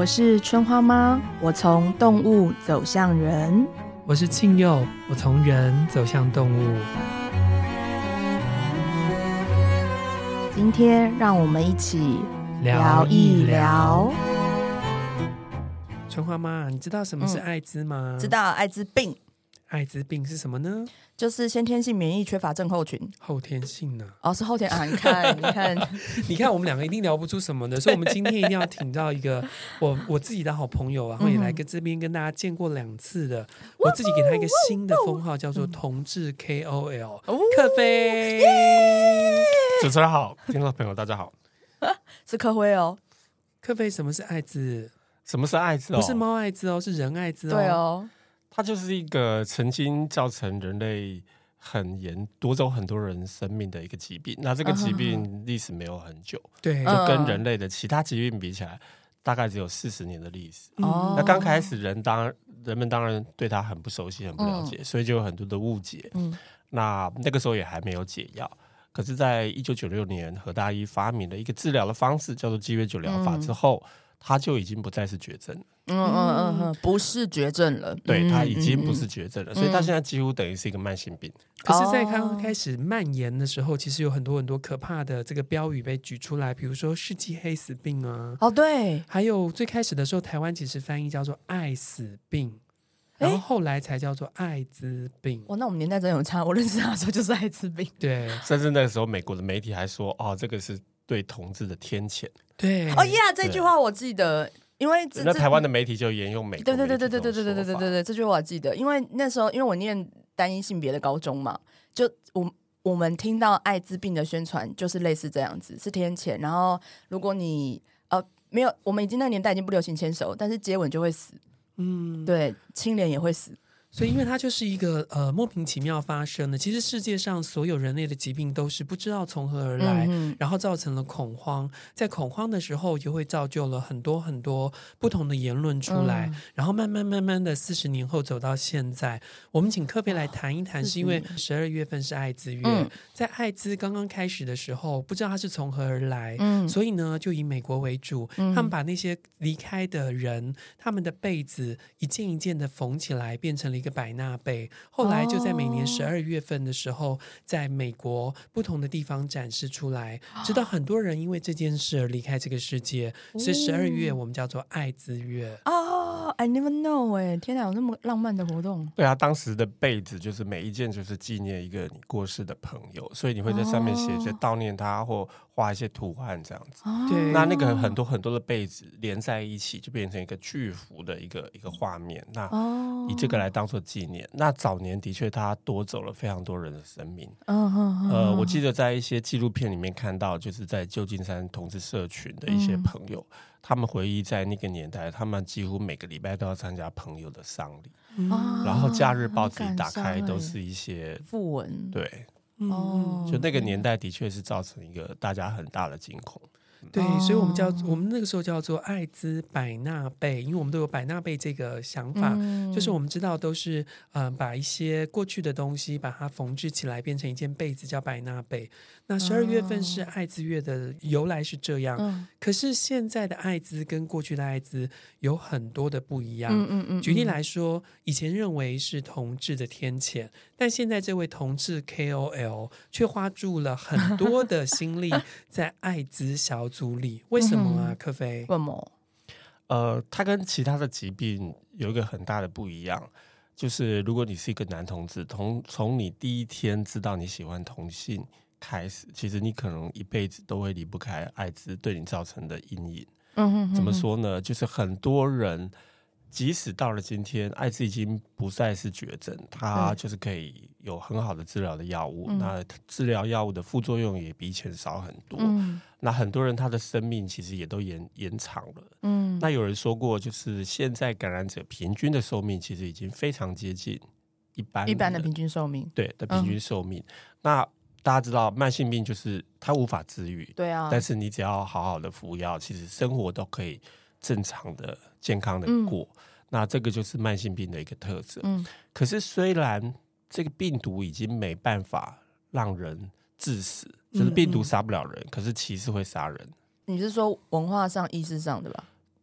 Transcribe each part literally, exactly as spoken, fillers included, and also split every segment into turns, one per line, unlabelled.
我是春花妈，我从动物走向人。
我是庆佑，我从人走向动物。
今天让我们一起聊一聊。
春花妈，你知道什么是艾滋吗？
嗯、知道，艾滋病。
艾滋病是什么呢？
就是先天性免疫缺乏症候群。
后天性呢、
啊？哦，是后天啊！你看，你看，
你看，我们两个一定聊不出什么的，所以我们今天一定要请到一个我我自己的好朋友啊，然后也来跟这边跟大家见过两次的，我自己给他一个新的封号，叫做同志 K O L 克菲。
主持人好，听众朋友大家好，
是克辉哦。
克菲，什么是艾滋？
什么是艾滋、哦？
不是猫艾滋哦，是人艾滋哦。
对哦。
它就是一个曾经造成人类很严夺走很多人生命的一个疾病。那这个疾病历史没有很久，
对、
就跟人类的其他疾病比起来，大概只有四十年的历史。
哦、
那刚开始人当人们当然对它很不熟悉、很不了解，嗯、所以就有很多的误解。嗯、那那个时候也还没有解药。可是，在一九九六年，何大一发明了一个治疗的方式，叫做鸡尾酒疗法之后，嗯、它就已经不再是绝症了。
嗯嗯嗯嗯，不是绝症了，
对，它已经不是绝症了，嗯、所以它现在几乎等于是一个慢性病。
可是，在刚刚开始蔓延的时候，其实有很多很多可怕的这个标语被举出来，比如说世纪黑死病啊，
哦对，
还有最开始的时候，台湾其实翻译叫做爱死病。然后后来才叫做艾滋病。
哇，那我们年代真有差，我认识他的时候就是艾滋病。
对，
甚至那个时候美国的媒体还说，哦，这个是对同志的天谴。
对，
哦呀，这句话我记得，因为
那台湾的媒体就沿用美国
对对对对对对对对对对对对，这句话我记得，因为那时候因为我念单一性别的高中嘛，就我我们听到艾滋病的宣传就是类似这样子，是天谴，然后如果你呃没有，我们已经那个年代已经不流行牵手，但是接吻就会死。嗯，对，亲脸也会死，
所以因为它就是一个呃莫名其妙发生的。其实世界上所有人类的疾病都是不知道从何而来，嗯、然后造成了恐慌，在恐慌的时候就会造就了很多很多不同的言论出来，嗯、然后慢慢慢慢的四十年后走到现在，我们请克菲来谈一谈，是因为十二月份是艾滋月，嗯、在艾滋刚刚开始的时候，不知道它是从何而来，嗯、所以呢就以美国为主，嗯、他们把那些离开的人，他们的被子一件一件的缝起来，变成了一个百纳贝，后来就在每年十二月份的时候，在美国不同的地方展示出来，直到很多人因为这件事而离开这个世界，所以十二月我们叫做艾滋月。
哦、oh, I never know 哎，天哪，有那么浪漫的活动。
对啊，当时的被子就是每一件就是纪念一个你过世的朋友，所以你会在上面写一些悼念他或画一些图案这样子。
对，
那那个很多很多的被子连在一起，就变成一个巨幅的一个一个画面。那以这个来当做纪念。那早年的确他夺走了非常多人的生命。嗯嗯呃，我记得在一些纪录片里面看到，就是在旧金山同志社群的一些朋友，嗯、他们回忆在那个年代，他们几乎每个礼拜都要参加朋友的丧礼，嗯、然后假日报纸一打开都是一些
讣文。
对，
哦，
就那个年代的确是造成一个大家很大的惊恐。
对，所以我们叫我们那个时候叫做艾滋百纳贝，因为我们都有百纳贝这个想法，嗯、就是我们知道都是呃把一些过去的东西把它缝制起来变成一件被子，叫百纳贝。那十二月份是艾滋月的由来是这样，嗯、可是现在的艾滋跟过去的艾滋有很多的不一样。嗯嗯嗯、举例来说，以前认为是同志的天谴，但现在这位同志 K O L 却花注了很多的心力在艾滋小组里，为什么啊？克菲？
为什么？
呃，它跟其他的疾病有一个很大的不一样，就是如果你是一个男同志，从从你第一天知道你喜欢同性开始，其实你可能一辈子都会离不开艾滋对你造成的阴影。嗯哼哼哼，怎么说呢？就是很多人即使到了今天，艾滋已经不再是绝症，它就是可以有很好的治疗的药物，嗯、那治疗药物的副作用也比以前少很多。嗯、那很多人他的生命其实也都延延长了。嗯、那有人说过，就是现在感染者平均的寿命其实已经非常接近一般
一般的平均寿命，
对的平均寿命。嗯、那大家知道慢性病就是它无法治愈，
对啊，
但是你只要好好的服药，其实生活都可以正常的健康的过。嗯、那这个就是慢性病的一个特质。嗯、可是虽然这个病毒已经没办法让人致死，就是病毒杀不了人，嗯嗯，可是歧视会杀人。
你是说文化上意识上的吧？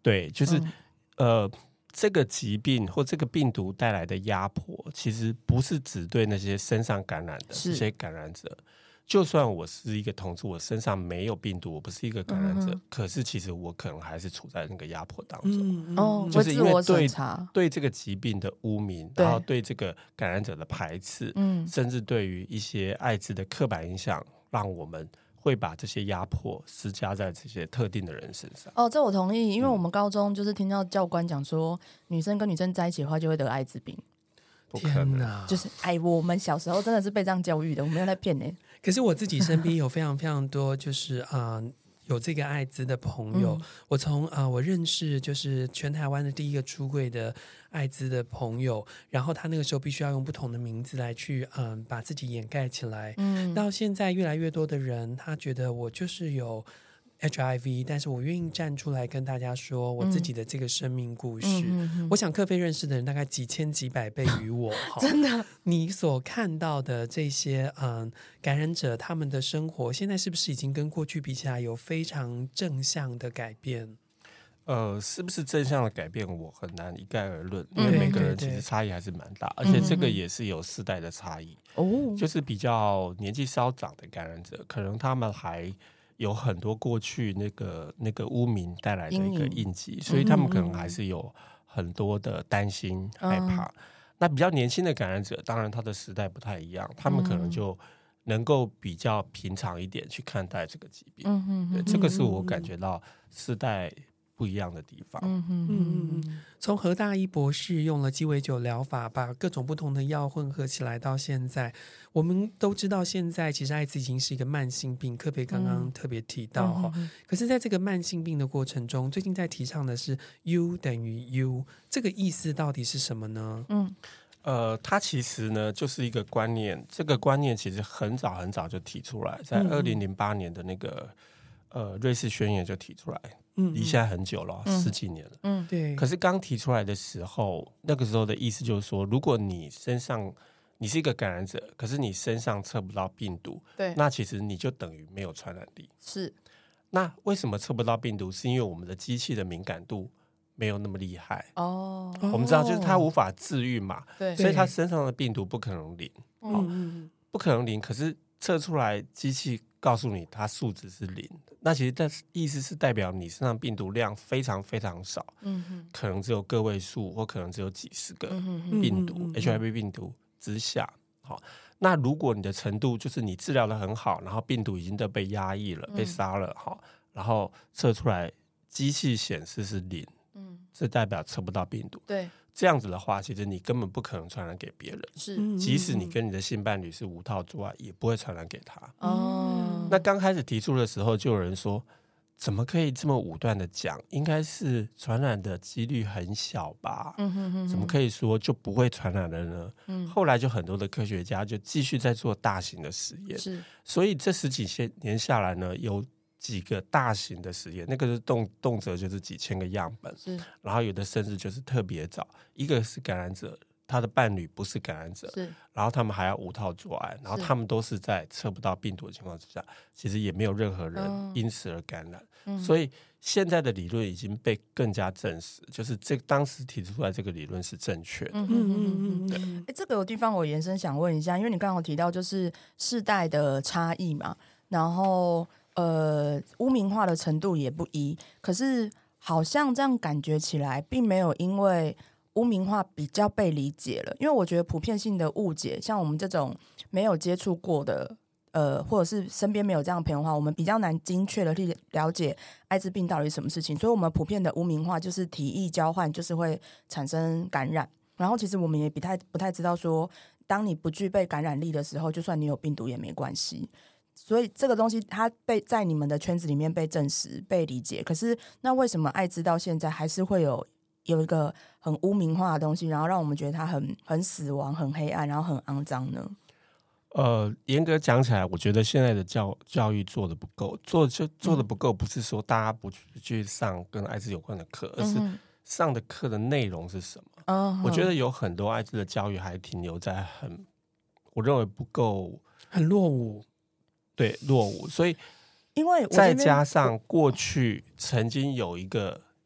对，就是、嗯、呃，这个疾病或这个病毒带来的压迫，其实不是只对那些身上感染的这些感染者。就算我是一个同志，我身上没有病毒，我不是一个感染者，嗯、可是其实我可能还是处在那个压迫当中。嗯
嗯、
就是因为对对这个疾病的污名，然后对这个感染者的排斥，嗯、甚至对于一些艾滋的刻板印象，让我们会把这些压迫施加在这些特定的人身上。
哦，这我同意，因为我们高中就是听到教官讲说，嗯、女生跟女生在一起的话就会得艾滋病。
不可能，
就是哎，我们小时候真的是被这样教育的，我没有在骗你。
可是我自己身边有非常非常多，就是啊、呃，有这个艾滋的朋友。嗯、我从啊、呃，我认识就是全台湾的第一个出柜的艾滋的朋友，然后他那个时候必须要用不同的名字来去嗯、呃，把自己掩盖起来。嗯，到现在越来越多的人，他觉得我就是有H I V， 但是我愿意站出来跟大家说我自己的这个生命故事。嗯嗯嗯、我想克菲认识的人大概几千几百倍于我。
真的，
你所看到的这些嗯感染者，他们的生活现在是不是已经跟过去比起来有非常正向的改变？
呃，是不是正向的改变，我很难一概而论，因为每个人其实差异还是蛮大，而且这个也是有世代的差异。哦，就是比较年纪稍长的感染者，可能他们还有很多过去那个那个污名带来的一个印记，所以他们可能还是有很多的担心、嗯、害怕。那比较年轻的感染者，当然他的时代不太一样，他们可能就能够比较平常一点去看待这个疾病。嗯、对，这个是我感觉到世代不一样的地方。嗯
嗯嗯，从何大一博士用了鸡尾酒疗法，把各种不同的药混合起来，到现在，我们都知道，现在其实艾滋已经是一个慢性病。克培刚刚特别提到哈、嗯，可是在这个慢性病的过程中，最近在提倡的是 U 等于 U， 这个意思到底是什么呢？嗯，
呃，它其实呢就是一个观念，这个观念其实很早很早就提出来，在二零零八年的那个、呃、瑞士宣言就提出来。离现在很久了、嗯、十几年了。嗯，对。可是刚提出来的时候，那个时候的意思就是说，如果你身上你是一个感染者，可是你身上测不到病毒，对，那其实你就等于没有传染力。
是。
那为什么测不到病毒？是因为我们的机器的敏感度没有那么厉害。哦。我们知道，就是它无法治愈嘛，对，所以它身上的病毒不可能零。嗯嗯。不可能零，可是测出来机器告诉你它数值是零。那其实的意思是代表你身上病毒量非常非常少，嗯、可能只有个位数，或可能只有几十个病毒、嗯、H I V 病毒之下。好，那如果你的程度就是你治疗的很好，然后病毒已经都被压抑了、嗯、被杀了，好，然后测出来机器显示是零，嗯，这代表测不到病毒。对。这样子的话，其实你根本不可能传染给别人，是，即使你跟你的性伴侣是无套做爱，也不会传染给他。哦，那刚开始提出的时候，就有人说，怎么可以这么武断的讲？应该是传染的几率很小吧？嗯哼哼哼，怎么可以说就不会传染了呢？嗯，后来就很多的科学家就继续在做大型的实验，是，所以这十几年下来呢，有几个大型的实验，那个是 动, 动辄就是几千个样本，是，然后有的甚至就是特别早，一个是感染者，他的伴侣不是感染者，是，然后他们还要无套做爱，然后他们都是在测不到病毒的情况之下，其实也没有任何人因此而感染，嗯、所以现在的理论已经被更加证实，就是这当时提出来这个理论是正确的。嗯嗯
嗯嗯，对。哎，这个有地方我延伸想问一下，因为你刚好提到就是世代的差异嘛，然后。呃，污名化的程度也不一，可是好像这样感觉起来，并没有因为污名化比较被理解了。因为我觉得普遍性的误解，像我们这种没有接触过的，呃，或者是身边没有这样的朋友的话，我们比较难精确的去了解艾滋病到底是什么事情。所以，我们普遍的污名化就是体液交换，就是会产生感染。然后，其实我们也不太不太知道说，当你不具备感染力的时候，就算你有病毒也没关系。所以这个东西它被在你们的圈子里面被证实被理解，可是那为什么艾滋到现在还是会有有一个很污名化的东西，然后让我们觉得它很很死亡很黑暗然后很肮脏呢？
呃，严格讲起来，我觉得现在的教教育做的不够，做就做的不够，不是说大家不去去上跟艾滋有关的课，而是上的课的内容是什么？嗯、我觉得有很多艾滋的教育还停留在很，我认为不够，
很落伍。
对，落伍，所以
因为
再加上过去曾经有一个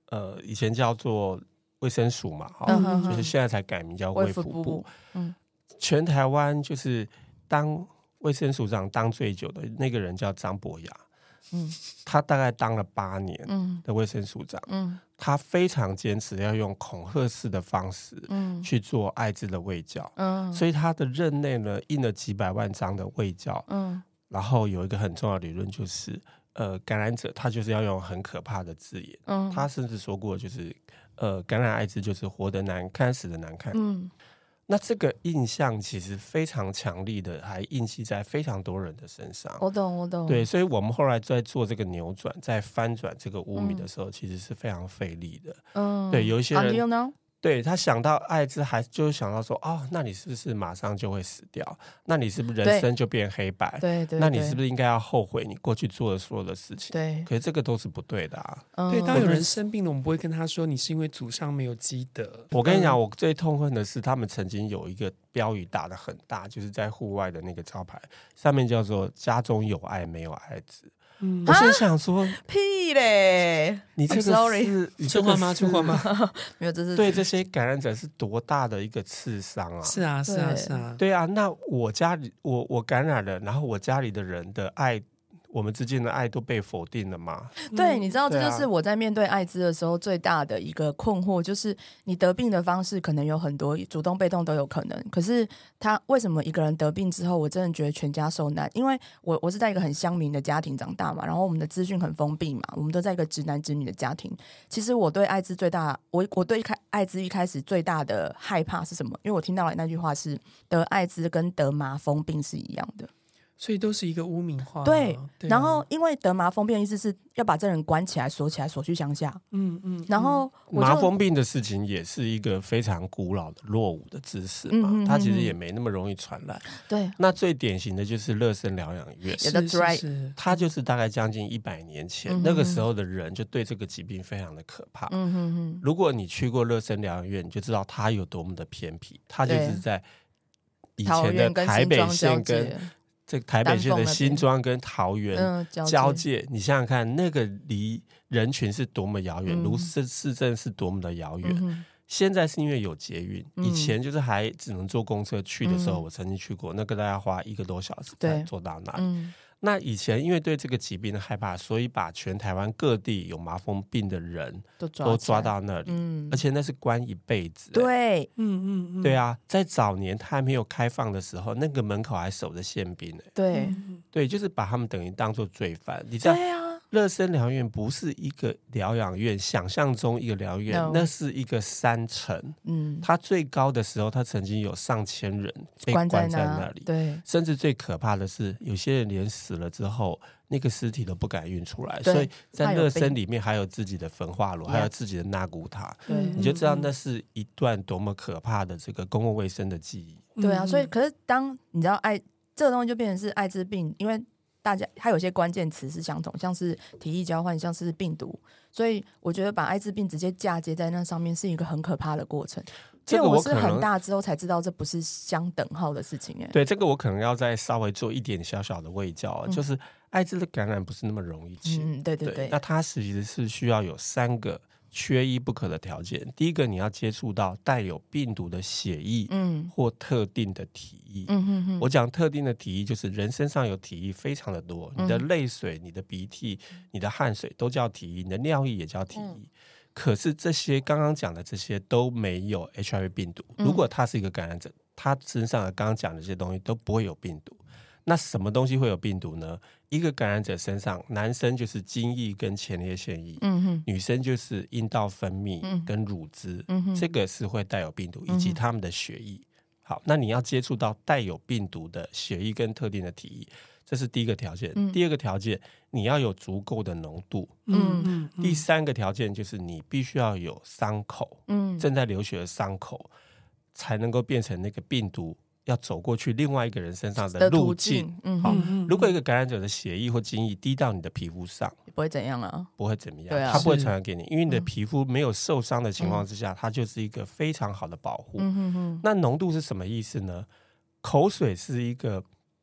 呃以前叫做卫生署嘛，
嗯哼
就是现在才改名叫卫福部。
卫福部嗯，
全台湾就是当卫生署长当最久的那个人叫张博雅，嗯，他大概当了八年的卫生署长，嗯，他非常坚持要用恐吓式的方式，嗯，去做艾滋的卫教，嗯，所以他的任内呢印了几百万张的卫教，嗯，然后有一个很重要的理论就是，呃，感染者他就是要用很可怕的字眼，嗯，他甚至说过就是，呃，感染艾滋就是活得难看，死得难看，嗯。那这个印象其实非常强力的，还印记在非常多人的身上。
我懂，我懂。
对，所以我们后来在做这个扭转，在翻转这个污名的时候，嗯、其实是非常费力的。嗯，对，有一些人。
You know?
对他想到艾滋，还就是想到说，哦，那你是不是马上就会死掉？那你是不是人生就变黑白？
对 对, 对，
那你是不是应该要后悔你过去做的所有的事情？
对，
可是这个都是不对的啊。
嗯、对，当有人生病了，我们不会跟他说你是因为祖上没有积德。
我跟你讲，我最痛恨的是他们曾经有一个标语打得很大，就是在户外的那个招牌上面叫做"家中有爱，没有艾滋"。嗯，我心想说
屁嘞！
你这个是
你出话吗？出话吗？
没有，这是
对这些感染者是多大的一个刺伤啊！
是啊，是啊，是啊，
对啊。那我家里我我感染了，然后我家里的人的爱。我们之间的爱都被否定了吗？
对，你知道这就是我在面对艾滋的时候最大的一个困惑，就是你得病的方式可能有很多，主动被动都有可能，可是他为什么一个人得病之后我真的觉得全家受难？因为我我是在一个很乡民的家庭长大嘛，然后我们的资讯很封闭嘛，我们都在一个直男直女的家庭。其实我对艾滋最大我我对艾滋一开始最大的害怕是什么？因为我听到了那句话是得艾滋跟得麻风病是一样的，
所以都是一个污名化。
对，对啊、然后因为得麻风病的意思是要把这人关起来、锁起来、锁去乡下。嗯嗯。然后
麻风病的事情也是一个非常古老的落伍的知识嘛，嗯、它其实也没那么容易传染。
对。
那最典型的就是乐生疗养院，
是是是，
它就是大概将近一百年前、嗯、那个时候的人就对这个疾病非常的可怕。嗯哼哼。如果你去过乐生疗养院，你就知道它有多么的偏僻，它就是在以前的台北县跟这个台北县的新庄跟桃园交界、嗯、你想想看那个离人群是多么遥远，如、嗯、市政是多么的遥远、嗯、现在是因为有捷运、嗯、以前就是还只能坐公车去的时候、嗯、我曾经去过，那个大概花一个多小时才坐到那里、嗯、那以前因为对这个疾病的害怕，所以把全台湾各地有麻风病的人都 抓, 都抓到那里、嗯、而且那是关一辈子、欸、
对，
嗯嗯嗯，
对啊，在早年他还没有开放的时候，那个门口还守着宪兵、欸、
对、
嗯、对，就是把他们等于当作罪犯。你知道
对啊，
乐生疗院不是一个疗养院，想象中一个疗院、no. 那是一个山城。嗯，它最高的时候它曾经有上千人被关在那里，
对，
甚至最可怕的是有些人连死了之后那个尸体都不敢运出来，所以在乐生里面还有自己的焚化炉，还有自己的纳古塔，你就知道那是一段多么可怕的这个公共卫生的记忆。
对啊，所以可是当你知道艾这个东西就变成是艾滋病，因为大家它有些关键词是相同，像是体液交换，像是病毒，所以我觉得把艾滋病直接嫁接在那上面是一个很可怕的过程。因为我是很大之后才知道这不是相等号的事情。
对，这个我可能要再稍微做一点小小的卫教、嗯、就是艾滋的感染不是那么容易清、
嗯、对对 对, 对，
那它其实是需要有三个缺一不可的条件。第一个，你要接触到带有病毒的血液、嗯、或特定的体液、嗯、哼哼，我讲特定的体液就是人身上有体液非常的多，你的泪水、你的鼻涕、你的汗水都叫体液，你的尿液也叫体液、嗯，可是这些刚刚讲的这些都没有 H I V 病毒。如果他是一个感染者，他身上的刚刚讲的这些东西都不会有病毒。那什么东西会有病毒呢？一个感染者身上，男生就是精液跟前列腺液、嗯、女生就是阴道分泌跟乳汁、嗯、这个是会带有病毒，以及他们的血液。好，那你要接触到带有病毒的血液跟特定的体液，这是第一个条件、嗯、第二个条件，你要有足够的浓度、嗯嗯嗯、第三个条件就是你必须要有伤口、嗯、正在流血的伤口，才能够变成那个病毒要走过去另外一个人身上的路径、嗯好嗯、如果一个感染者的血液或精液滴到你的皮肤上，
不会怎样啊，
不会怎么样、啊、它不会传染给你，因为你的皮肤没有受伤的情况之下、嗯、它就是一个非常好的保护、嗯、哼哼。那浓度是什么意思呢？口水是一个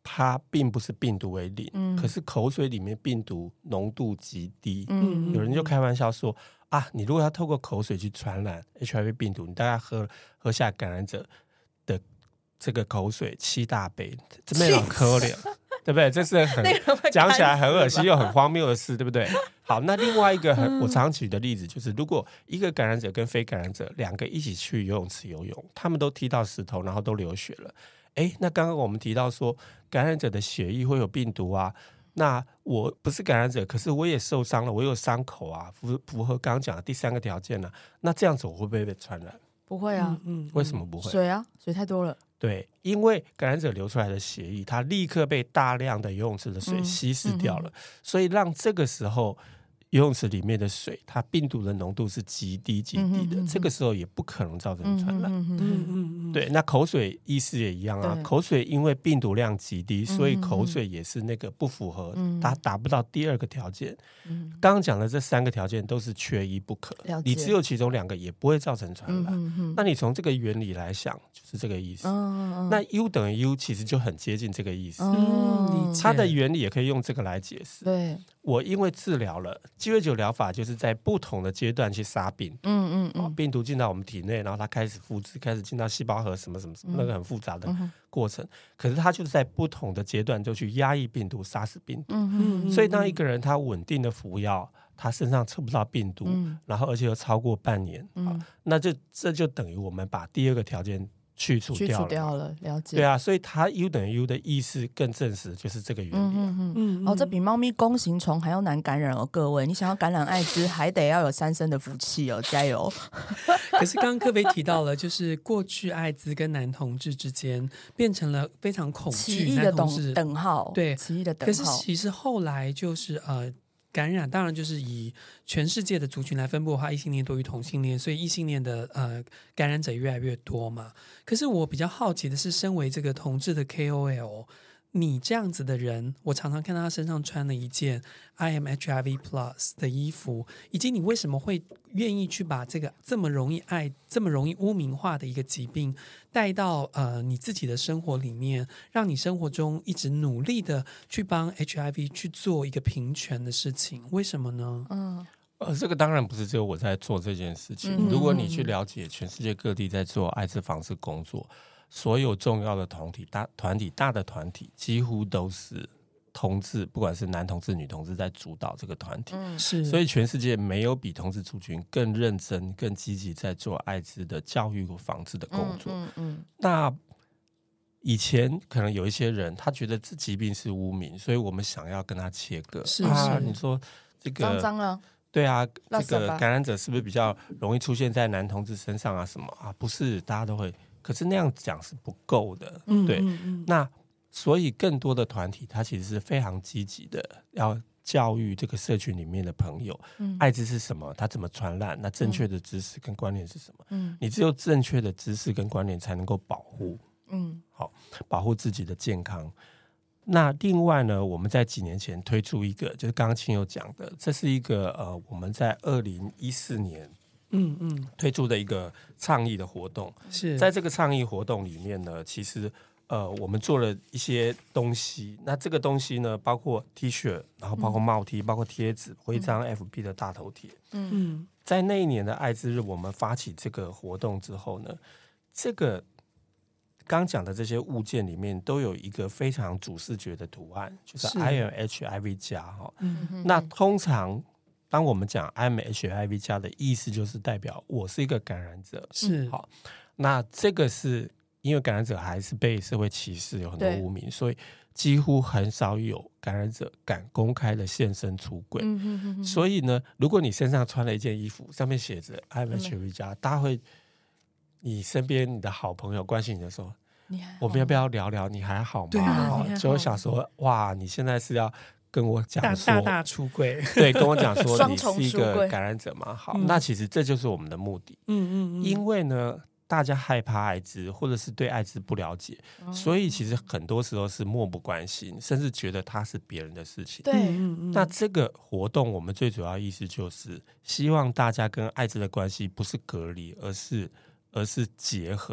它并不是病毒为零、
嗯、
可是口水里面病毒浓度极低、
嗯、
有人就开玩笑说啊，你如果要透过口水去传染 H I V 病毒，你大概喝喝下感染者的这个口水七大杯，这没有很可怜对不对？这是很讲起来很恶心又很荒谬的事，对不对？好，那另外一个很我常举的例子就是，如果一个感染者跟非感染者两个一起去游泳池游泳，他们都踢到石头，然后都流血了。哎，那刚刚我们提到说，感染者的血液会有病毒啊。那我不是感染者，可是我也受伤了，我有伤口啊，符符合刚刚讲的第三个条件呢、啊。那这样子我会不会被传染？
不会啊，
嗯嗯、
为什么不会？
水啊，水太多了。
对，因为感染者流出来的血液，它立刻被大量的游泳池的水稀释掉了，嗯嗯、所以让这个时候游泳池里面的水，它病毒的浓度是极低极低的，嗯、哼哼这个时候也不可能造成传染。嗯嗯嗯对，那口水意思也一样啊，口水因为病毒量极低，所以口水也是那个不符合，嗯、它达不到第二个条件。嗯、刚刚讲的这三个条件都是缺一不可，你只有其中两个也不会造成传染。嗯、哼哼那你从这个原理来想，就是这个意思。嗯、那 U 等于 U 其实就很接近这个意思。嗯、它的原理也可以用这个来解释。
对，
我因为治疗了鸡尾酒疗法，就是在不同的阶段去杀病毒。嗯嗯嗯、哦，病毒进到我们体内，然后它开始复制，开始进到细胞核什么什么什么，嗯、那个很复杂的过程。嗯、可是它就是在不同的阶段就去压抑病毒，杀死病毒。嗯嗯、所以当一个人他稳定的服药，他身上测不到病毒，嗯、然后而且又超过半年，嗯、那就这就等于我们把第二个条件去除掉了，去除
掉了，了解。
对啊，所以它 U 等于 U 的意思更证实就是这个原理、啊。嗯嗯
嗯。哦，这比猫咪弓形虫还要难感染哦，各位，你想要感染艾滋，还得要有三生的福气哦，加油！
可是刚刚柯菲提到了，就是过去艾滋跟男同志之间变成了非常恐惧，
奇异的等号，
对，
奇异的等
号。可是其实后来就是呃。感染当然就是以全世界的族群来分布的话，异性恋多于同性恋，所以异性恋的呃感染者越来越多嘛。可是我比较好奇的是，身为这个同志的 K O L， 你这样子的人，我常常看到他身上穿了一件 I am H I V plus 的衣服，以及你为什么会愿意去把这个这么容易爱、这么容易污名化的一个疾病带到呃你自己的生活里面，让你生活中一直努力的去帮 H I V 去做一个平权的事情，为什么呢？嗯，
呃，这个当然不是只有我在做这件事情。嗯、如果你去了解全世界各地在做艾滋防治工作，所有重要的团体、大团体、大的团体，几乎都是同志，不管是男同志、女同志在主导这个团体。嗯、是，所以全世界没有比同志族群更认真、更积极在做艾滋的教育和防治的工作。嗯嗯嗯、那以前可能有一些人，他觉得这疾病是污名，所以我们想要跟他切割。
是
啊，你说这个
脏脏了。
对啊，这个感染者是不是比较容易出现在男同志身上啊？什么啊？不是，大家都会。可是那样讲是不够的，嗯、对。嗯嗯、那所以更多的团体，它其实是非常积极的，要教育这个社群里面的朋友，嗯、艾滋是什么，它怎么传染，那正确的知识跟观念是什么？嗯、你只有正确的知识跟观念，才能够保护，嗯，好，保护自己的健康。那另外呢，我们在几年前推出一个，就是刚刚亲友讲的，这是一个呃，我们在二零一四年。嗯嗯，推出的一个倡议的活动，是在这个倡议活动里面呢，其实呃，我们做了一些东西。那这个东西呢，包括 T 恤，然后包括帽 T，、嗯、包括贴纸、徽章、F B 的大头贴。嗯，在那一年的艾滋日，我们发起这个活动之后呢，这个刚讲的这些物件里面都有一个非常主视觉的图案，就是 I am H I V 加哈。嗯，那通常。当我们讲 I am H I V 加的意思，就是代表我是一个感染者，是好。那这个是因为感染者还是被社会歧视，有很多污名，所以几乎很少有感染者敢公开的现身出柜。嗯、哼哼哼所以呢，如果你身上穿了一件衣服，上面写着 I am H I V 加，大家会，你身边你的好朋友关心你的时候，我们要不要聊聊？你还好吗？对啊，就会想说，哇，你现在是要。跟我讲说
大大大出柜，
对，跟我讲说你是一个感染者嘛，好，嗯、那其实这就是我们的目的，嗯嗯嗯，因为呢，大家害怕艾滋，或者是对艾滋不了解，嗯、所以其实很多时候是漠不关心，甚至觉得它是别人的事情。
对，
那这个活动我们最主要意思就是希望大家跟艾滋的关系不是隔离，而是而是结合。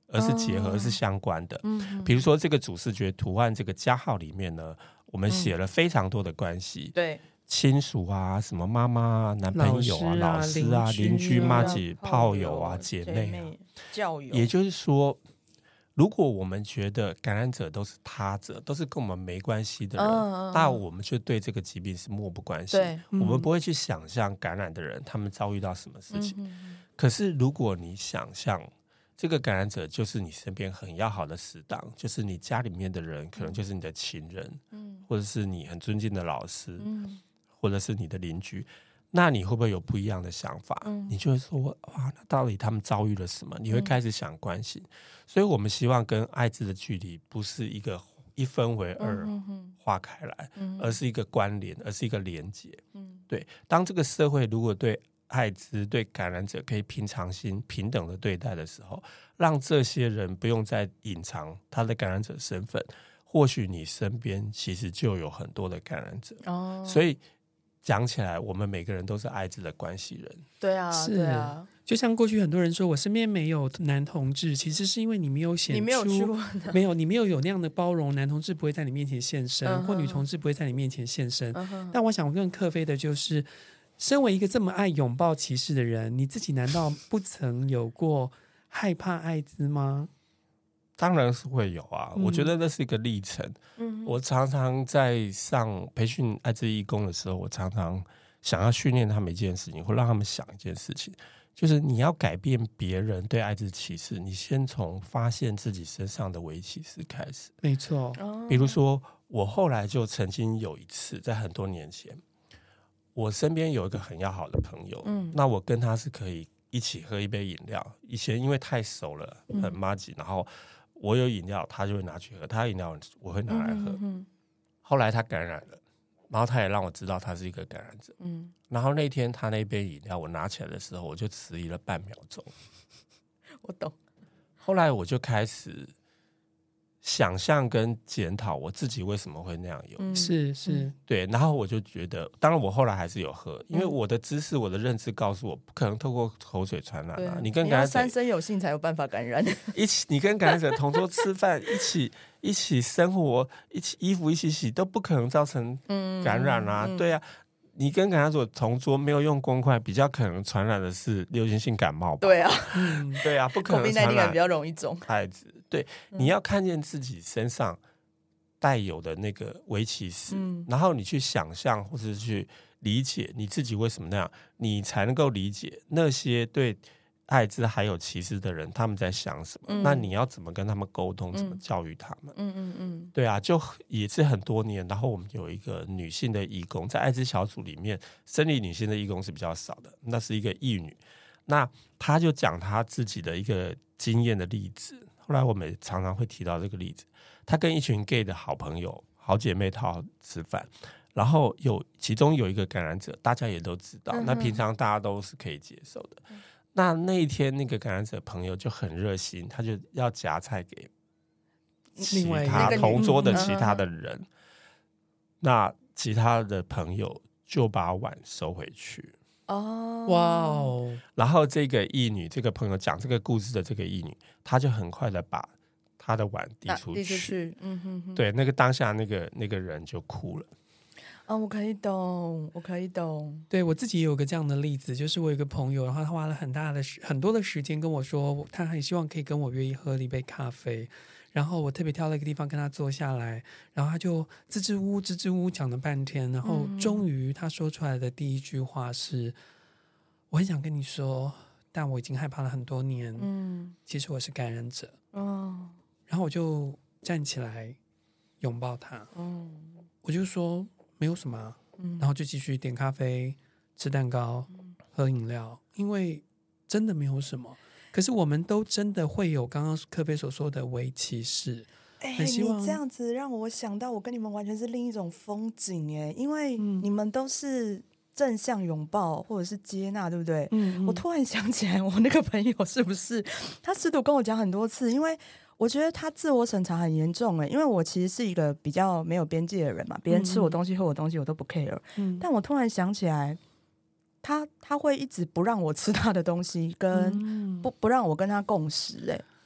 而是结合，而是相关的。嗯，比如说这个主视觉图案这个加号里面呢，我们写了非常多的关系，
对，
亲属啊，什么妈妈、男朋友啊、老师啊、邻居、妈姐、炮友啊、姐妹啊、
教友。
也就是说，如果我们觉得感染者都是他者，都是跟我们没关系的人，嗯、那我们就对这个疾病是漠不关心。
嗯、
我们不会去想象感染的人他们遭遇到什么事情。嗯、可是如果你想象这个感染者就是你身边很要好的死党，就是你家里面的人，可能就是你的情人，嗯、或者是你很尊敬的老师，嗯、或者是你的邻居。那你会不会有不一样的想法？嗯、你就会说哇，那到底他们遭遇了什么？你会开始想关心。嗯、所以我们希望跟艾滋的距离不是一个一分为二划开来，嗯、而是一个关联，而是一个连结。嗯、对，当这个社会如果对艾滋对感染者可以平常心平等的对待的时候，让这些人不用再隐藏他的感染者身份，或许你身边其实就有很多的感染者。哦、所以讲起来，我们每个人都是艾滋的关系人。
对啊，
是
对啊。
就像过去很多人说，我身边没有男同志，其实是因为你没有显出，
你没有去过，
没有，你没有有那样的包容，男同志不会在你面前现身，嗯、或女同志不会在你面前现身。嗯、但我想更客非的就是，身为一个这么爱拥抱歧视的人，你自己难道不曾有过害怕艾滋吗？
当然是会有啊，嗯、我觉得那是一个历程。嗯、我常常在上培训艾滋义工的时候，我常常想要训练他们一件事情，或让他们想一件事情，就是你要改变别人对艾滋歧视，你先从发现自己身上的微歧视开始。
没错，
比如说我后来就曾经有一次，在很多年前，我身边有一个很要好的朋友，嗯、那我跟他是可以一起喝一杯饮料。以前因为太熟了，很麻吉，然后我有饮料，他就会拿去喝；他有饮料，我会拿来喝。嗯、哼哼后来他感染了，然后他也让我知道他是一个感染者。嗯、然后那天他那杯饮料我拿起来的时候，我就迟疑了半秒钟。
我懂。
后来我就开始想象跟检讨我自己为什么会那样有。
嗯、是是，
对。然后我就觉得，当然我后来还是有喝，因为我的知识、我的认知告诉我，不可能透过口水传染啊。你跟感染者
三生有幸才有办法感染。
一起，你跟感染者同桌吃饭，一起一起生活，一起衣服一起洗，都不可能造成感染啊。嗯嗯、对啊。你跟感染者同桌没有用公筷，比较可能传染的是流行性感冒吧？
对啊，
嗯，对啊，不可能传染
比较容易中
艾滋。对，嗯、你要看见自己身上带有的那个微歧视，嗯、然后你去想象或者去理解你自己为什么那样，你才能够理解那些对艾滋还有歧视的人他们在想什么。嗯、那你要怎么跟他们沟通，怎么教育他们？嗯嗯嗯，对啊，就也是很多年。然后我们有一个女性的义工，在艾滋小组里面，生理女性的义工是比较少的，那是一个义女。那她就讲她自己的一个经验的例子。后来我们也常常会提到这个例子。她跟一群 gay 的好朋友、好姐妹套吃饭，然后有其中有一个感染者，大家也都知道，嗯、那平常大家都是可以接受的。嗯、那那一天，那个感染者朋友就很热心，他就要夹菜给其他同桌的其他的人。嗯、那其他的朋友就把碗收回去。
哦，
哇哦！
然后这个义女，这个朋友讲这个故事的这个义女，她就很快的把她的碗递出去。
递出去，嗯哼哼。
对，那个当下那个那个人就哭了。
啊，我可以懂，我可以懂。
对，我自己也有个这样的例子，就是我有一个朋友，然后他花了很大的很多的时间跟我说，他很希望可以跟我约一喝一杯咖啡，然后我特别挑了一个地方跟他坐下来，然后他就支支吾吾支支吾吾讲了半天，然后终于他说出来的第一句话是：“我很想跟你说，但我已经害怕了很多年。嗯，其实我是感染者。”哦，然后我就站起来拥抱他。嗯，我就说没有什么，嗯，然后就继续点咖啡、吃蛋糕、嗯、喝饮料，因为真的没有什么。可是我们都真的会有刚刚柯菲所说的微歧视。
哎、欸，你这样子让我想到，我跟你们完全是另一种风景哎，因为你们都是正向拥抱或者是接纳，对不对？嗯嗯，我突然想起来，我那个朋友是不是他试图跟我讲很多次，因为我觉得他自我审查很严重哎，因为我其实是一个比较没有边界的人嘛，别人吃我东西喝我东西我都不 care，嗯，但我突然想起来。他他会一直不让我吃他的东西，跟不不让我跟他共食、欸，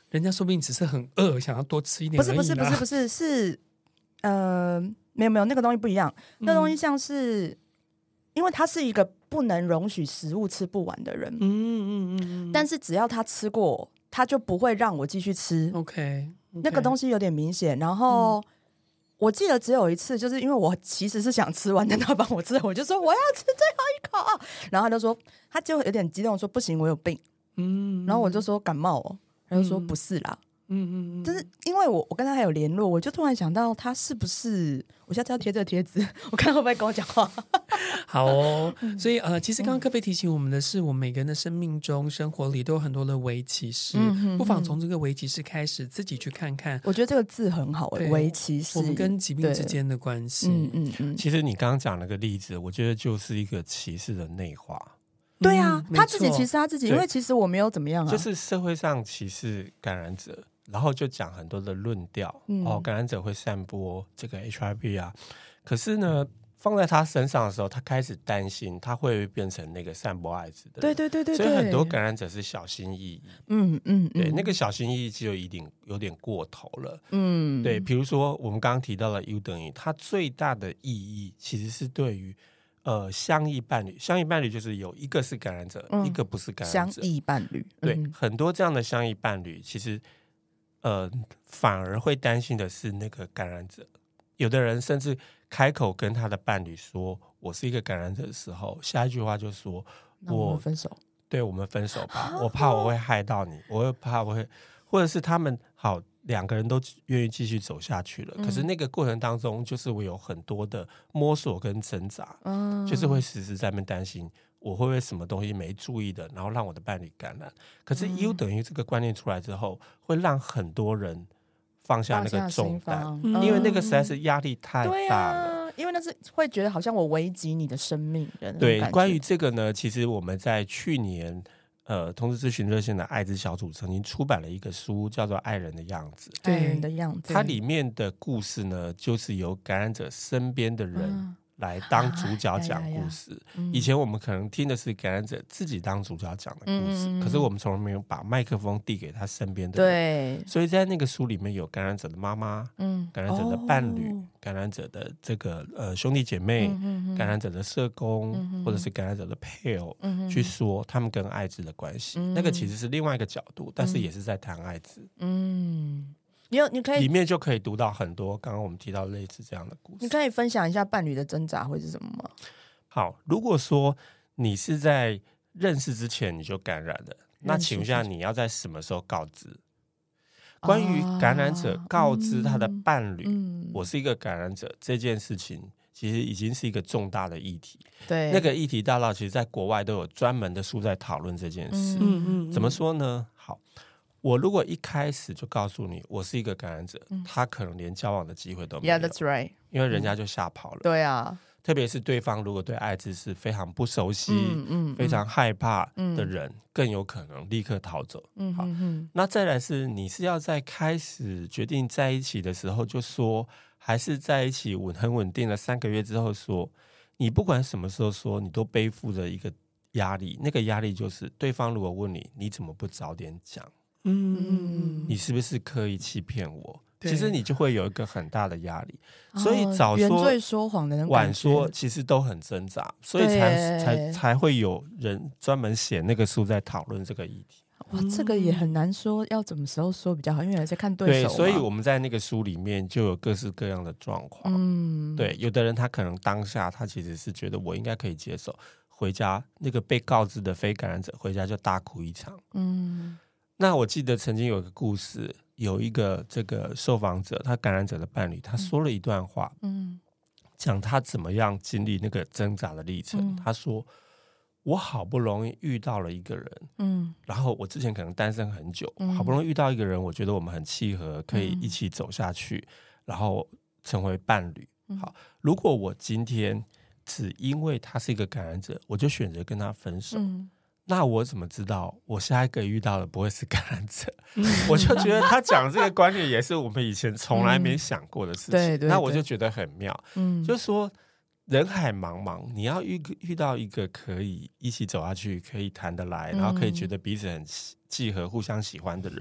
人家说不定只是很饿，想要多吃一点而已啦。
不是不是不是不是是呃，没有没有，那个东西不一样，那个东西像是、嗯、因为他是一个不能容许食物吃不完的人，嗯嗯嗯嗯，但是只要他吃过，他就不会让我继续吃。
OK，
那个东西有点明显。然后、嗯、我记得只有一次，就是因为我其实是想吃完，但他帮我吃，我就说我要吃最后一口，然后他就说，他就有点激动说不行，我有病。嗯，然后我就说感冒哦，他就说不是啦。嗯嗯嗯，就是因为我我跟他还有联络，我就突然想到他是不是，我下次要贴这个贴纸，我看会不会跟我讲话。
好哦，所以呃，其实刚刚柯贝提醒我们的是，我们每个人的生命中、生活里都有很多的微歧视，嗯、不妨从这个微歧视开始，自己去看看。
我觉得这个字很好，微歧视，
我们跟疾病之间的关系。
嗯嗯嗯。
其实你刚刚讲那个例子，我觉得就是一个歧视的内化。
对啊、嗯，他自己歧视他自己，因为其实我没有怎么样啊。
就是社会上歧视感染者，然后就讲很多的论调、嗯、哦，感染者会散播这个 H I V 啊。可是呢，放在他身上的时候，他开始担心他会变成那个散播艾滋的人。
对对对对对。
所以很多感染者是小心翼翼。嗯嗯，对，那个小心翼翼就有点有点过头了。嗯，对，比如说我们刚刚提到了 U 等于，它最大的意义其实是对于。呃，相异伴侣，相异伴侣就是有一个是感染者、嗯、一个不是感染者。
相异伴侣，
对、嗯，很多这样的相异伴侣，其实呃，反而会担心的是那个感染者。有的人甚至开口跟他的伴侣说：“我是一个感染者”的时候，下一句话就说：“
我们分手。”
对，我们分手吧，我怕我会害到你，我会怕我会，或者是他们好。两个人都愿意继续走下去了、嗯、可是那个过程当中就是我有很多的摸索跟挣扎、嗯、就是会时时在那边担心我会不会什么东西没注意的然后让我的伴侣感染。可是 U 等于这个观念出来之后会让很多人放下那个重担、嗯、因为那个实在是压力太大了、
啊、因为那是会觉得好像我危及你的生命的。
对，关于这个呢，其实我们在去年呃，同志咨询热线的艾滋小组曾经出版了一个书，叫做《爱人的样子》。
爱人的样子，
它里面的故事呢，就是由感染者身边的人来当主角讲故事、啊呀呀。以前我们可能听的是感染者自己当主角讲的故事、嗯，可是我们从来没有把麦克风递给他身边的人。对，所以在那个书里面有感染者的妈妈，嗯，感染者的伴侣，哦、感染者的这个呃兄弟姐妹、嗯，感染者的社工、嗯，或者是感染者的配偶、嗯，去说他们跟艾滋的关系、嗯。那个其实是另外一个角度，但是也是在谈艾滋。嗯。
你有你可以
里面就可以读到很多刚刚我们提到类似这样的故事。
你可以分享一下伴侣的挣扎会是什么吗？
好，如果说你是在认识之前你就感染了，那请问一下你要在什么时候告知？关于感染者告知他的伴侣、嗯嗯、我是一个感染者这件事情其实已经是一个重大的议题。对，那个议题大到其实在国外都有专门的书在讨论这件事。嗯嗯嗯，怎么说呢？好，我如果一开始就告诉你我是一个感染者、嗯、他可能连交往的机会都没有。
Yeah, that's right.
因为人家就吓跑了、嗯、对啊，特别是对方如果对艾滋是非常不熟悉、嗯嗯、非常害怕的人、嗯、更有可能立刻逃走、嗯、好、嗯，那再来是你是要在开始决定在一起的时候就说，还是在一起稳很稳定了三个月之后说？你不管什么时候说你都背负着一个压力，那个压力就是对方如果问你你怎么不早点讲，嗯，你是不是刻意欺骗我？其实你就会有一个很大的压力，所以早说、
原罪说谎的那种
晚说其实都很挣扎，所以才才才会有人专门写那个书在讨论这个议题。
哇，这个也很难说要怎么时候说比较好，因为还是看对手嘛。
对，所以我们在那个书里面就有各式各样的状况。嗯，对，有的人他可能当下他其实是觉得我应该可以接受，回家那个被告知的非感染者回家就大哭一场。嗯。那我记得曾经有一个故事，有一个这个受访者，他感染者的伴侣，他说了一段话，嗯，讲他怎么样经历那个挣扎的历程。嗯、他说：“我好不容易遇到了一个人，嗯，然后我之前可能单身很久，嗯、好不容易遇到一个人，我觉得我们很契合，可以一起走下去，嗯、然后成为伴侣。好，如果我今天只因为他是一个感染者，我就选择跟他分手。嗯，那我怎么知道我下一个遇到的不会是感染者？我就觉得他讲这个观念也是我们以前从来没想过的事情。嗯、对对对，那我就觉得很妙。嗯，就是说人海茫茫，你要 遇, 遇到一个可以一起走下去，可以谈得来，然后可以觉得彼此很契合、互相喜欢的人，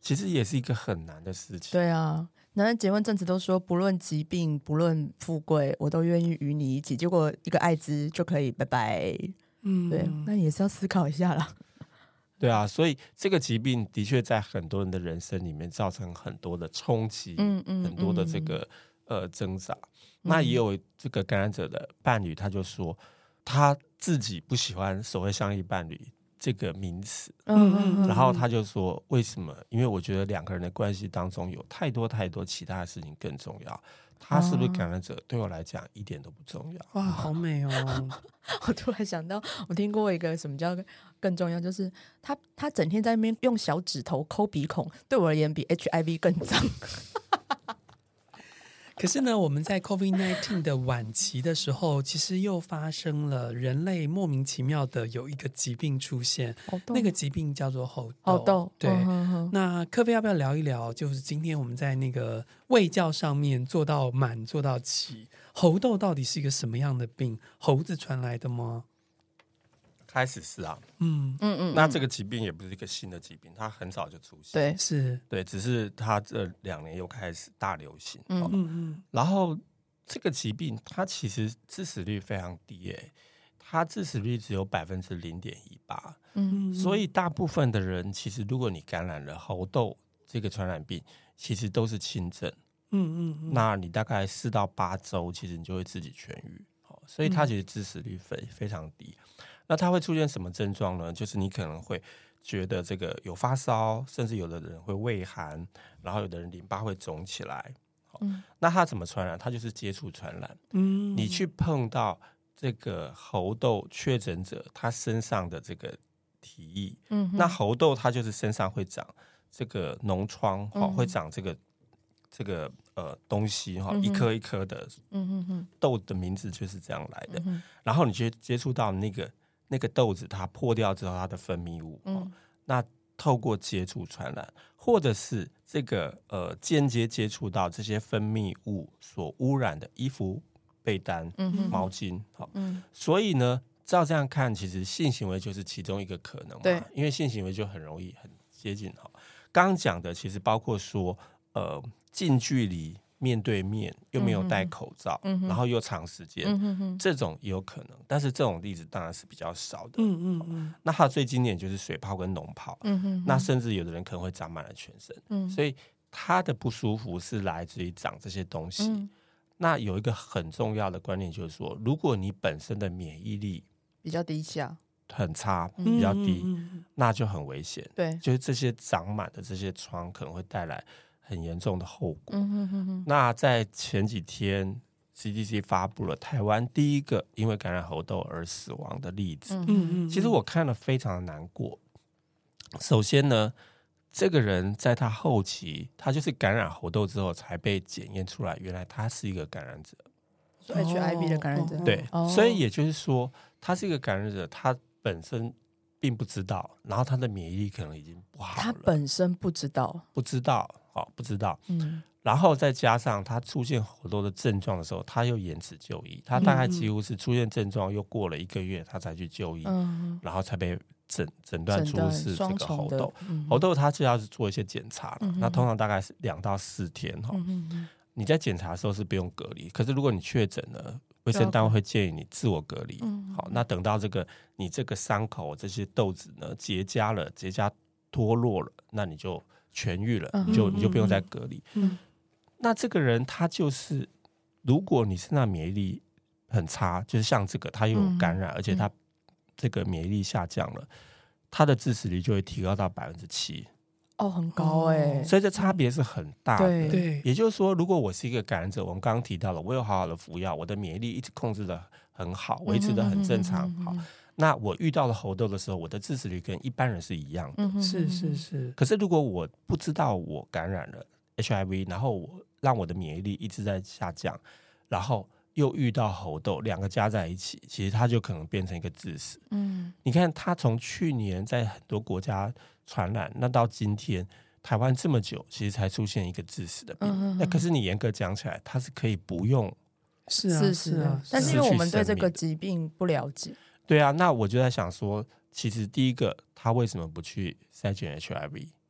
其实也是一个很难的事情。
对啊，男人结婚证词都说不论疾病不论富贵我都愿意与你一起，结果一个艾滋就可以拜拜。嗯，对，那也是要思考一下啦。
对啊，所以这个疾病的确在很多人的人生里面造成很多的冲击，嗯嗯，很多的这个呃挣扎。那也有这个感染者的伴侣，他就说他自己不喜欢所谓相依伴侣这个名词，嗯嗯嗯，然后他就说为什么？因为我觉得两个人的关系当中有太多太多其他的事情更重要。他是不是感染者对我来讲一点都不重要。
哇，好美哦！
我突然想到，我听过一个什么叫更重要，就是他他整天在那边用小指头抠鼻孔，对我而言比 H I V 更脏。
可是呢，我们在 COVID 十九 的晚期的时候，其实又发生了人类莫名其妙的有一个疾病出现，那个疾病叫做猴痘。
猴痘，
对。
嗯哼哼，
那可菲要不要聊一聊？就是今天我们在那个卫教上面做到满做到齐，猴痘到底是一个什么样的病？猴子传来的吗？
开始是啊，
嗯
嗯嗯，
那这个疾病也不是一个新的疾病，它很早就出现，
对，
是，
对，只是它这两年又开始大流行。
嗯
哦、
嗯嗯，
然后这个疾病它其实致死率非常低，耶，它致死率只有百分之零点一八，嗯，所以大部分的人其实如果你感染了猴痘这个传染病，其实都是轻症，嗯嗯，那你大概四到八周，其实你就会自己痊愈，哦、所以它其实致死率非非常低。那它会出现什么症状呢？就是你可能会觉得这个有发烧，甚至有的人会畏寒，然后有的人淋巴会肿起来。嗯、那它怎么传染？它就是接触传染。嗯，你去碰到这个猴痘确诊者他身上的这个体液，嗯，那猴痘它就是身上会长这个脓疮，嗯、会长这个这个呃东西哈，一颗一颗的，嗯哼，痘的名字就是这样来的。嗯、然后你去接触到那个。那个豆子它破掉之后，它的分泌物，嗯哦、那透过接触传染，或者是这个呃间接接触到这些分泌物所污染的衣服、被单、嗯、毛巾，哦嗯、所以呢，照这样看，其实性行为就是其中一个可能嘛，对，因为性行为就很容易很接近哈。刚刚讲的其实包括说，呃，近距离。面对面又没有戴口罩，嗯、然后又长时间，嗯、这种也有可能，但是这种例子当然是比较少的。嗯嗯嗯、那它最经典就是水泡跟脓泡，嗯、那甚至有的人可能会长满了全身，嗯、所以它的不舒服是来自于长这些东西。嗯、那有一个很重要的观念就是说，如果你本身的免疫力
比较低下，
很差，比较低，嗯、那就很危险。
对，
就是这些长满的这些疮可能会带来很严重的后果。嗯、哼哼哼，那在前几天 C D C 发布了台湾第一个因为感染猴痘而死亡的例子。嗯、哼其实我看了非常的难过。首先呢，这个人在他后期他就是感染猴痘之后才被检验出来，原来他是一个感染者，
是 H I V 的感染者。
哦、对、哦，所以也就是说他是一个感染者，他本身并不知道，然后他的免疫力可能已经不好了。
他本身不知道，
不知道，哦，不知道。嗯，然后再加上他出现很多的症状的时候，他又延迟就医。他大概几乎是出现症状又过了一个月，他才去就医，嗯、然后才被诊诊断出是这个猴痘。嗯、猴痘他就要做一些检查了，嗯、那通常大概是两到四天哈。嗯、你在检查的时候是不用隔离，可是如果你确诊了，卫生单位会建议你自我隔离。嗯、好，那等到这个你这个伤口这些痘子呢结痂了，结痂脱落了，那你就痊愈了，嗯、你就你就不用再隔离。嗯、那这个人他就是，如果你身上免疫力很差，就是像这个他又有感染，嗯、而且他这个免疫力下降了，他的致死率就会提高到百分之七。
哦，很高哎，欸，
所以这差别是很大的。
对对，
也就是说，如果我是一个感染者，我们刚刚提到了，我有好好的服药，我的免疫力一直控制的很好，维持的很正常。好，那我遇到了猴痘的时候，我的致死率跟一般人是一样的。
是是是。
可是如果我不知道我感染了 H I V， 然后我让我的免疫力一直在下降，然后又遇到猴痘，两个加在一起，其实它就可能变成一个致死。嗯，你看，它从去年在很多国家传染，那到今天台湾这么久，其实才出现一个致死的病。嗯、那可是你严格讲起来，它是可以不用，
是啊是啊，
但是因为我们对这个疾病不了解。
对啊，那我就在想说，其实第一个，他为什么不去筛检 H I V？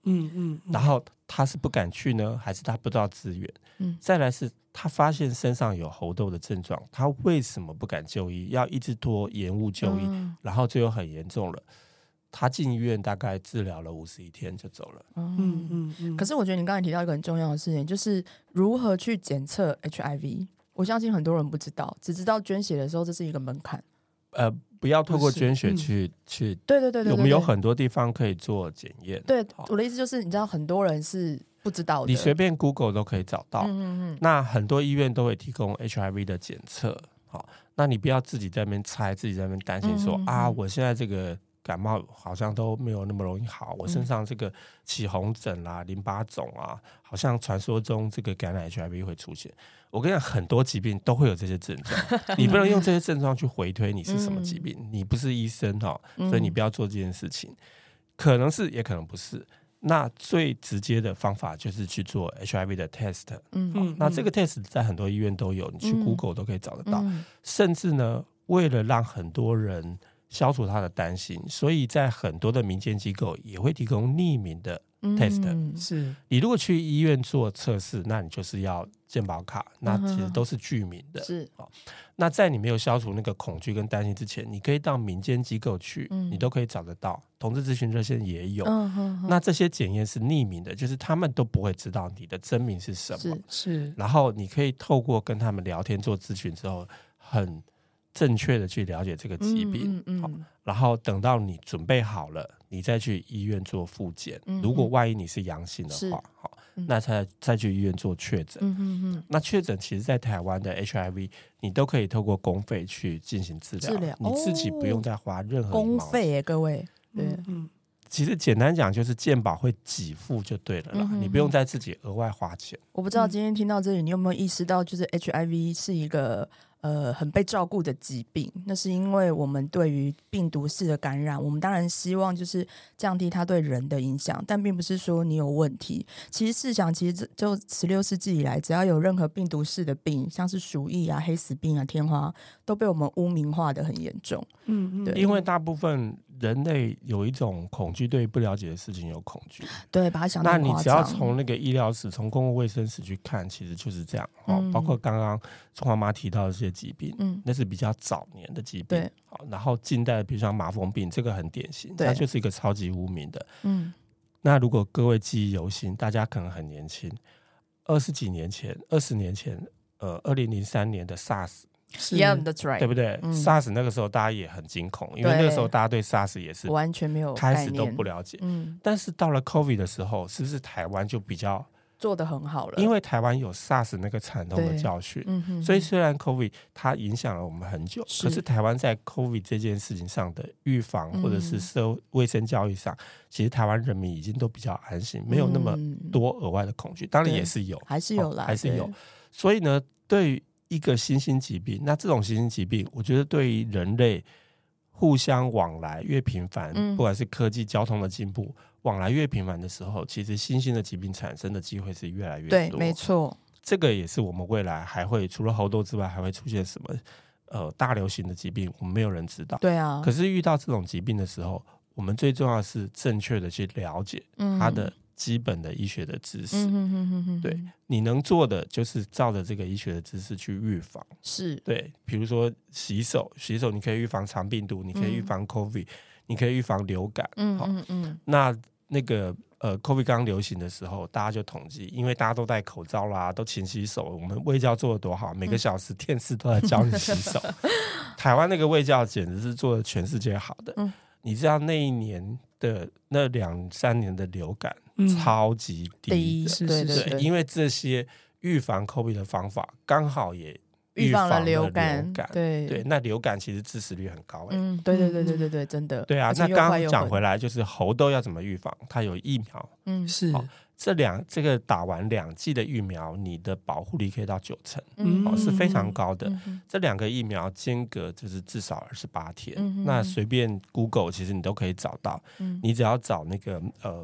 嗯嗯，
然后他是不敢去呢，还是他不知道资源？嗯，再来是他发现身上有猴痘的症状，他为什么不敢就医？要一直拖延误就医，嗯、然后最后很严重了。他进医院大概治疗了五十一天就走了。
嗯嗯嗯。可是我觉得你刚才提到一个很重要的事情，就是如何去检测 H I V。我相信很多人不知道，只知道捐血的时候这是一个门槛。
呃，不要透过捐血去、嗯、去。
对对对 对, 对, 对，
我们有很多地方可以做检验。
对，我的意思就是，你知道很多人是不知道的，
你随便 Google 都可以找到。嗯嗯嗯。那很多医院都会提供 H I V 的检测。好，那你不要自己在那边猜，自己在那边担心说、嗯、啊，我现在这个感冒好像都没有那么容易好，我身上这个起红疹啦、淋巴肿啊，好像传说中这个感染 H I V 会出现。我跟你讲，很多疾病都会有这些症状，你不能用这些症状去回推你是什么疾病，嗯、你不是医生哈，所以你不要做这件事情。可能是，也可能不是。那最直接的方法就是去做 H I V 的 test。嗯，那这个 test 在很多医院都有，你去 Google 都可以找得到。嗯、甚至呢，为了让很多人消除他的担心，所以在很多的民间机构也会提供匿名的 test。嗯、
是
你如果去医院做测试，那你就是要健保卡，那其实都是具名的。
是、
哦，那在你没有消除那个恐惧跟担心之前，你可以到民间机构去、嗯，你都可以找得到。同志咨询热线也有。嗯、哼哼那这些检验是匿名的，就是他们都不会知道你的真名是什么。
是是。
然后你可以透过跟他们聊天做咨询之后，很正确的去了解这个疾病。嗯嗯嗯、然后等到你准备好了，你再去医院做复检。嗯、如果万一你是阳性的话，好。那才再去医院做确诊。嗯哼哼那确诊其实在台湾的 H I V 你都可以透过公费去进行治疗，治疗你自己不用再花任何一毛钱。
公费耶各位。对、
嗯，其实简单讲就是健保会给付就对了啦、嗯、你不用再自己额外花钱。
我不知道今天听到这里你有没有意识到，就是 H I V 是一个呃，很被照顾的疾病，那是因为我们对于病毒式的感染，我们当然希望就是降低它对人的影响，但并不是说你有问题。其实试想，其实就十六世纪以来，只要有任何病毒式的病，像是鼠疫啊、黑死病啊、天花，都被我们污名化的很严重。嗯
嗯，因为大部分人类有一种恐惧，对不了解的事情有恐惧，
对，把它想得很夸张。
那你只要从那个医疗史、从公共卫生史去看，其实就是这样。哦嗯、包括刚刚中华妈提到的这些疾病，嗯，那是比较早年的疾病。
对，
好，然后近代比如像麻风病，这个很典型，它就是一个超级污名的。嗯，那如果各位记忆犹新，大家可能很年轻，二十几年前、二十年前，呃，二零零三年的 SARS。
Yeah, that's right.
对不对、嗯、SARS 那个时候大家也很惊恐，因为那个时候大家对 SARS 也是
完全没有
开始都不了解、嗯、但是到了 COVID 的时候，是不是台湾就比较
做得很好了？
因为台湾有 SARS 那个惨痛的教训、嗯、哼哼所以虽然 COVID 它影响了我们很久，是可是台湾在 COVID 这件事情上的预防或者是社卫生教育上、嗯、其实台湾人民已经都比较安心，没有那么多额外的恐惧、嗯、当然也是有，
还是有啦、哦、
还是有。所以呢，对于一个新兴疾病，那这种新兴疾病我觉得对于人类互相往来越频繁、嗯、不管是科技交通的进步，往来越频繁的时候，其实新兴的疾病产生的机会是越来越多。
对，没错，
这个也是我们未来还会除了猴痘之外还会出现什么呃大流行的疾病，我们没有人知道。
对啊，
可是遇到这种疾病的时候，我们最重要的是正确的去了解它的基本的医学的知识、嗯、哼哼哼哼对，你能做的就是照着这个医学的知识去预防。
是，
对，比如说洗手，洗手你可以预防肠病毒，你可以预防 COVID、嗯、你可以预防流感。嗯嗯嗯。那那个呃 COVID 刚流行的时候，大家就统计，因为大家都戴口罩啦，都勤洗手，我们卫教做得多好，每个小时电视都在教你洗手。嗯、台湾那个卫教简直是做的全世界好的。嗯，你知道那一年的那两三年的流感、嗯、超级低的，
是是是，
对，因为这些预防 COVID 的方法刚好也预防了流感，流感对对，那流感其实致死率很高、欸、
嗯，对对对对对对，真的。
对啊，那刚刚讲回来就是猴痘要怎么预防，它有疫苗，
嗯，是、
哦、这两这个打完两剂的疫苗，你的保护力可以到九成，嗯、哦，是非常高的。嗯、这两个疫苗间隔就是至少二十八天，嗯、那随便 Google 其实你都可以找到，嗯、你只要找那个呃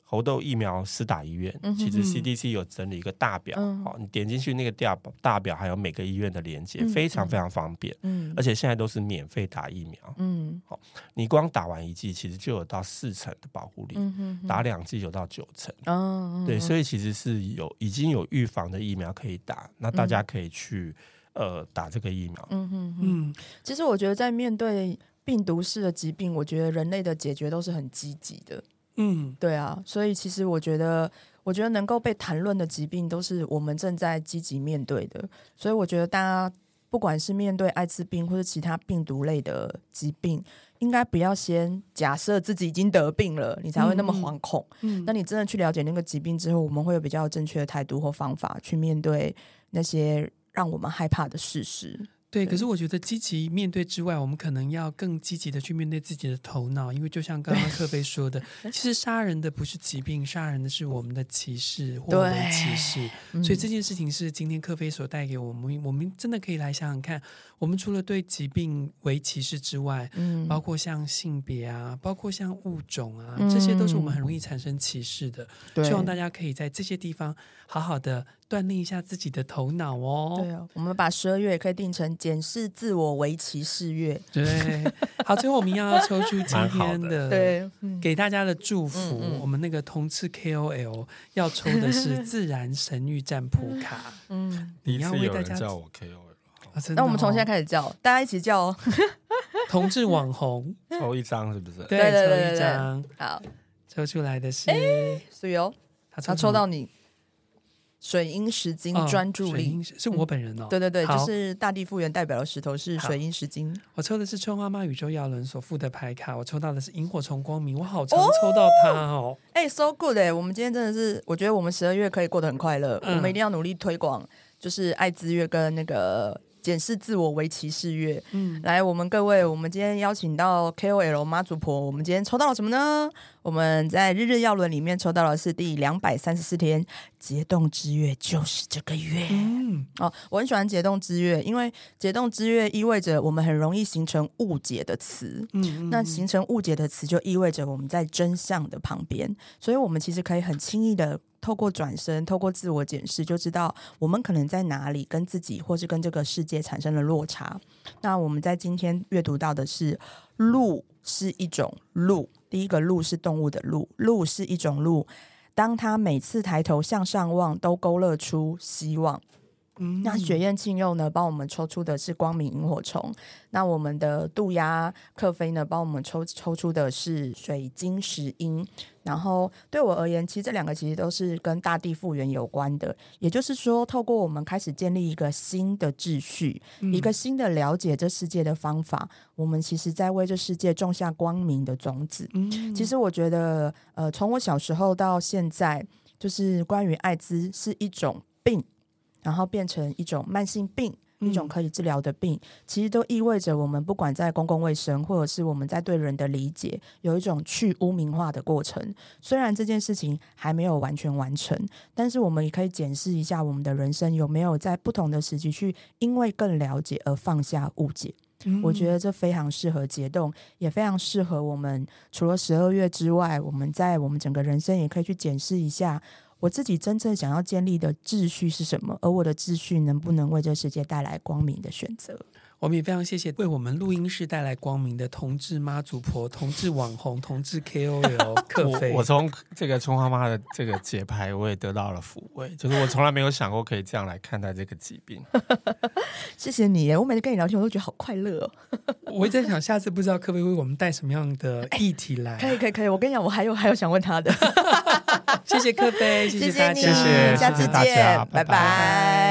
猴痘疫苗施打医院，
嗯哼哼
其实 C D C 有整理一个大表，
嗯
哦，你点进去那个大大表还有每个医院的连接，
嗯
非常非常方便，
嗯
而且现在都是免费打疫苗，
嗯
你光打完一剂其实就有到四成的保护力，
嗯哼哼
打两剂有到九成，
哦
对，所以其实是有已经有预防的疫苗可以打，那大家可以去、呃打这个疫苗。
嗯哼哼
嗯，
其实我觉得在面对病毒式的疾病，我觉得人类的解决都是很积极的。
嗯，
对啊，所以其实我觉得，我觉得能够被谈论的疾病，都是我们正在积极面对的。所以我觉得大家不管是面对艾滋病或者其他病毒类的疾病，应该不要先假设自己已经得病了，你才会那么惶恐。
嗯，
那你真的去了解那个疾病之后，我们会有比较正确的态度或方法去面对那些让我们害怕的事实。
对，可是我觉得积极面对之外，我们可能要更积极的去面对自己的头脑，因为就像刚刚克菲说的，其实杀人的不是疾病，杀人的是我们的歧视或我们的歧视。
嗯
所以这件事情是今天克菲所带给我们，我们真的可以来想想看，我们除了对疾病为歧视之外，
嗯
包括像性别啊，包括像物种啊，
嗯
这些都是我们很容易产生歧视的。
对
希望大家可以在这些地方好好的锻炼一下自己的头脑哦。
对啊，我们把十二月也可以定成检视自我为歧视月。
对，好，最后我们要抽出今天的
对，嗯
给大家的祝福，
嗯嗯
我们那个同志 K O L 要抽的是自然神谕占卜卡。
嗯，
第一
你要
次有人
为大家
叫我 K O L，
啊真的哦
那我们从现在开始叫，大家一起叫哦。
同志网红，
抽一张是不是？
对，
对对对
抽
对
一张，
好，
抽出来的是，
所以哦，
他
他抽到你水阴石金
哦
专注力。
水晶是我本人哦。
对对对，
好
就是大地复原代表的石头是水阴石金。
我抽的是春花妈宇宙耀伦所附的牌卡，我抽到的是萤火虫光明，我好常抽到它哦。
哎、s o good 哎、我们今天真的是，我觉得我们十二月可以过得很快乐。
嗯
我们一定要努力推广，就是爱滋月跟那个检视自我为歧视月。
嗯，
来，我们各位，我们今天邀请到 K O L 妈祖婆，我们今天抽到了什么呢？我们在日日曜轮里面抽到的是第两百三十四天节冻之月，就是这个月。
嗯，
哦，我很喜欢节冻之月，因为节冻之月意味着我们很容易形成误解的词。
嗯，
那形成误解的词，就意味着我们在真相的旁边，所以我们其实可以很轻易的透过转身，透过自我检视，就知道我们可能在哪里跟自己或是跟这个世界产生了落差。那我们在今天阅读到的是鹿是一种鹿，第一个鹿是动物的鹿，鹿是一种鹿，当它每次抬头向上望，都勾勒出希望。
嗯
那雪燕庆佑呢，帮我们抽出的是光明萤火虫。那我们的渡鸦克菲呢，帮我们抽抽出的是水晶石英。然后对我而言，其实这两个其实都是跟大地复原有关的。也就是说，透过我们开始建立一个新的秩序，
嗯
一个新的了解这世界的方法，我们其实在为这世界种下光明的种子。
嗯
其实我觉得，呃，从我小时候到现在，就是关于艾滋是一种病。然后变成一种慢性病，一种可以治疗的病，其实都意味着我们不管在公共卫生，或者是我们在对人的理解，有一种去污名化的过程。虽然这件事情还没有完全完成，但是我们也可以检视一下我们的人生有没有在不同的时期去因为更了解而放下误解。
嗯
我觉得这非常适合节冻，也非常适合我们除了十二月之外，我们在我们整个人生也可以去检视一下我自己真正想要建立的秩序是什么，而我的秩序能不能为这世界带来光明的选择。
我们也非常谢谢为我们录音室带来光明的同志妈祖婆、同志网红、同志 K O L 克菲。
我我从这个春花妈的这个节拍，我也得到了抚慰，就是我从来没有想过可以这样来看待这个疾病。
谢谢你耶，我每次跟你聊天我都觉得好快乐哦。
我一直在想，下次不知道克菲为我们带什么样的议题来。
可以可以可以，我跟你讲，我还有还有想问他的。
谢谢克菲，谢
谢
大家，
你，
谢谢
下次
谢谢大
见，
家
拜
拜拜
拜。